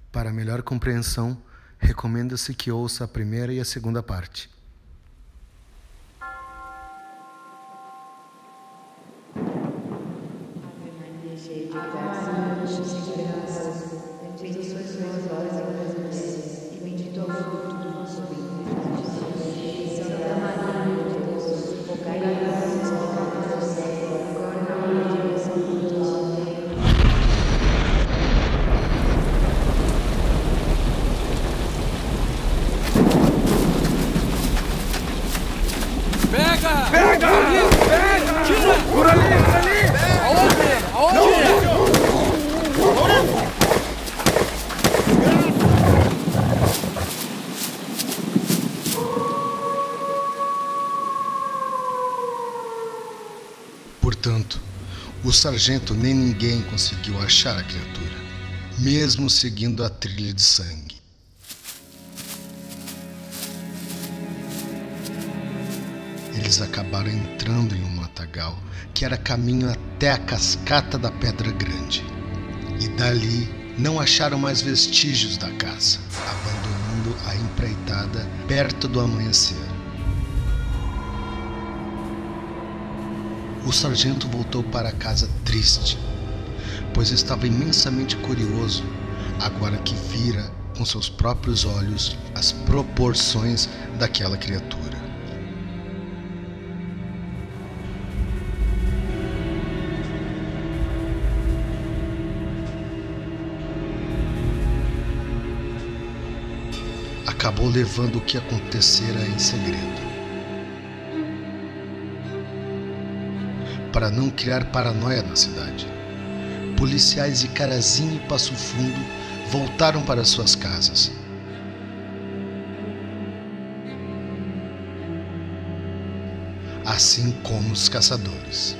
Para melhor compreensão, recomenda-se que ouça a primeira e a segunda parte. Portanto, o sargento nem ninguém conseguiu achar a criatura, mesmo seguindo a trilha de sangue. Eles acabaram entrando em um matagal que era caminho até a cascata da Pedra Grande. E dali não acharam mais vestígios da caça, abandonando a empreitada perto do amanhecer. O sargento voltou para casa triste, pois estava imensamente curioso, agora que vira com seus próprios olhos as proporções daquela criatura. Acabou levando o que acontecera em segredo. Para não criar paranoia na cidade, policiais de Carazinho e Passo Fundo voltaram para suas casas. Assim como os caçadores.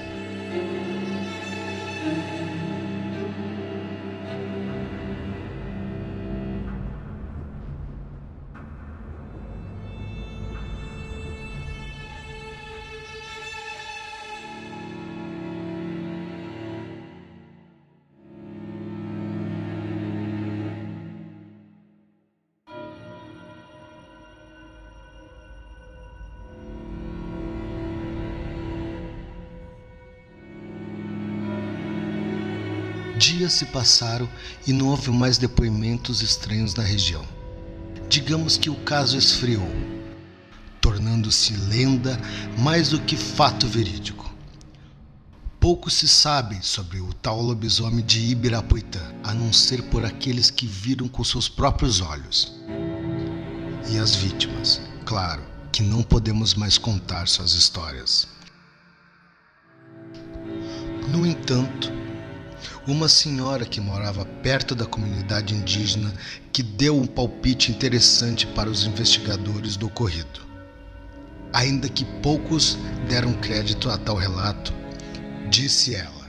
Dias se passaram e não houve mais depoimentos estranhos na região. Digamos que o caso esfriou, tornando-se lenda mais do que fato verídico. Pouco se sabe sobre o tal lobisomem de Ibirapuitã, a não ser por aqueles que viram com seus próprios olhos. E as vítimas, claro, que não podemos mais contar suas histórias. No entanto, uma senhora que morava perto da comunidade indígena que deu um palpite interessante para os investigadores do ocorrido. Ainda que poucos deram crédito a tal relato, disse ela.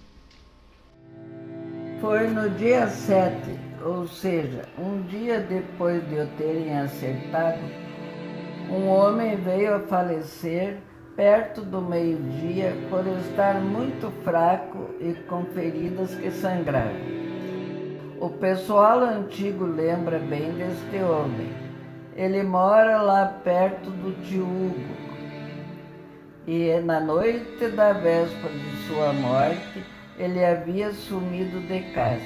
Foi no dia 7, ou seja, um dia depois de eu terem acertado, um homem veio a falecer perto do meio-dia por estar muito fraco e com feridas que sangravam. O pessoal antigo lembra bem deste homem. Ele mora lá perto do tio Hugo. E na noite da véspera de sua morte, ele havia sumido de casa.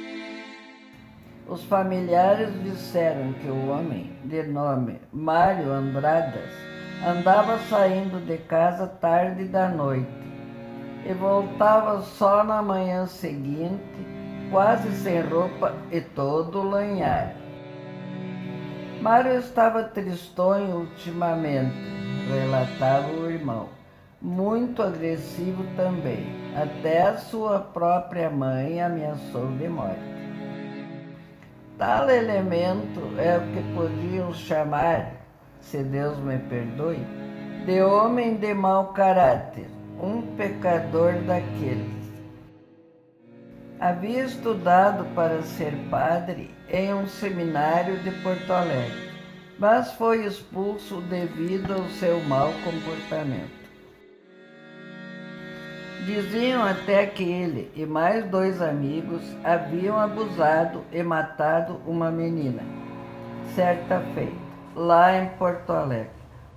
Os familiares disseram que o homem, de nome Mário Andradas, andava saindo de casa tarde da noite e voltava só na manhã seguinte, quase sem roupa e todo lanhado. Mário estava tristonho ultimamente, relatava o irmão, muito agressivo também, até a sua própria mãe ameaçou de morte. Tal elemento é o que podiam chamar, se Deus me perdoe, de homem de mau caráter, um pecador daqueles. Havia estudado para ser padre em um seminário de Porto Alegre, mas foi expulso devido ao seu mau comportamento. Diziam até que ele e mais 2 amigos haviam abusado e matado uma menina, certa feita, lá em Porto Alegre.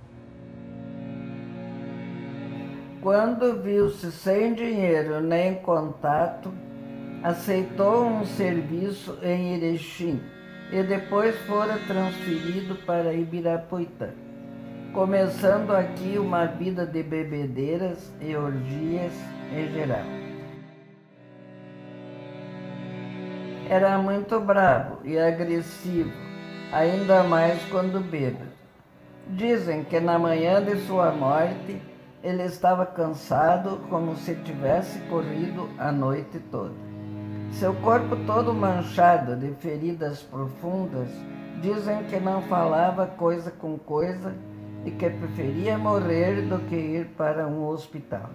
Quando viu-se sem dinheiro nem contato, aceitou um serviço em Erechim e depois fora transferido para Ibirapuitã, começando aqui uma vida de bebedeiras e orgias em geral. Era muito bravo e agressivo, ainda mais quando bêbado. Dizem que na manhã de sua morte ele estava cansado, como se tivesse corrido a noite toda. Seu corpo todo manchado de feridas profundas, dizem que não falava coisa com coisa e que preferia morrer do que ir para um hospital.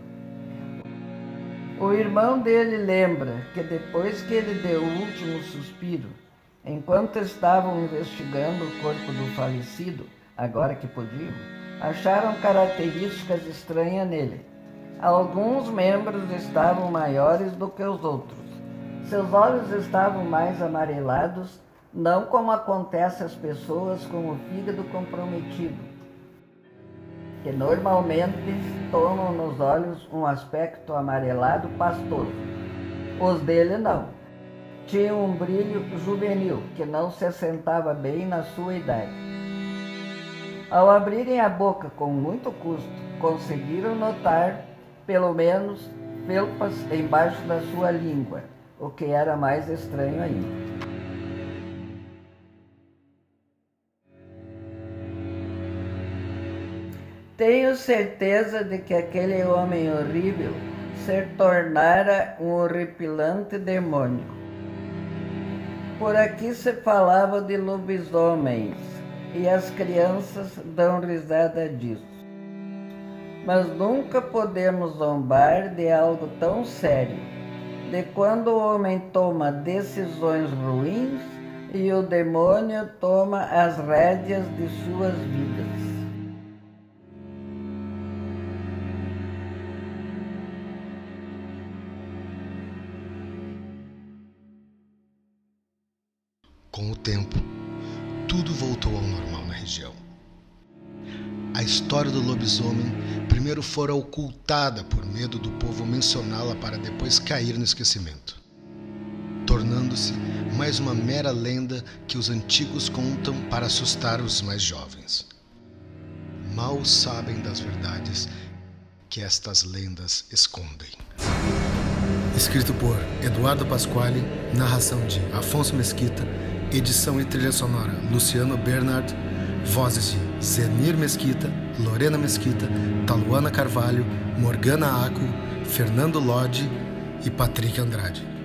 O irmão dele lembra que depois que ele deu o último suspiro, enquanto estavam investigando o corpo do falecido, agora que podiam, acharam características estranhas nele. Alguns membros estavam maiores do que os outros. Seus olhos estavam mais amarelados, não como acontece às pessoas com o fígado comprometido, que normalmente tomam nos olhos um aspecto amarelado pastoso. Os dele não. Tinham um brilho juvenil, que não se assentava bem na sua idade. Ao abrirem a boca com muito custo, conseguiram notar, pelo menos, felpas embaixo da sua língua, o que era mais estranho ainda. Tenho certeza de que aquele homem horrível se tornara um horripilante demônio. Por aqui se falava de lobisomens, e as crianças dão risada disso. Mas nunca podemos zombar de algo tão sério, de quando o homem toma decisões ruins e o demônio toma as rédeas de suas vidas. Com o tempo, tudo voltou ao normal na região. A história do lobisomem primeiro fora ocultada por medo do povo mencioná-la para depois cair no esquecimento, tornando-se mais uma mera lenda que os antigos contam para assustar os mais jovens. Mal sabem das verdades que estas lendas escondem. Escrito por Eduardo Pasquale, narração de Afonso Mesquita, edição e trilha sonora Luciano Bernard, vozes de Zenir Mesquita, Lorena Mesquita, Taluana Carvalho, Morgana Aco, Fernando Lodi e Patrick Andrade.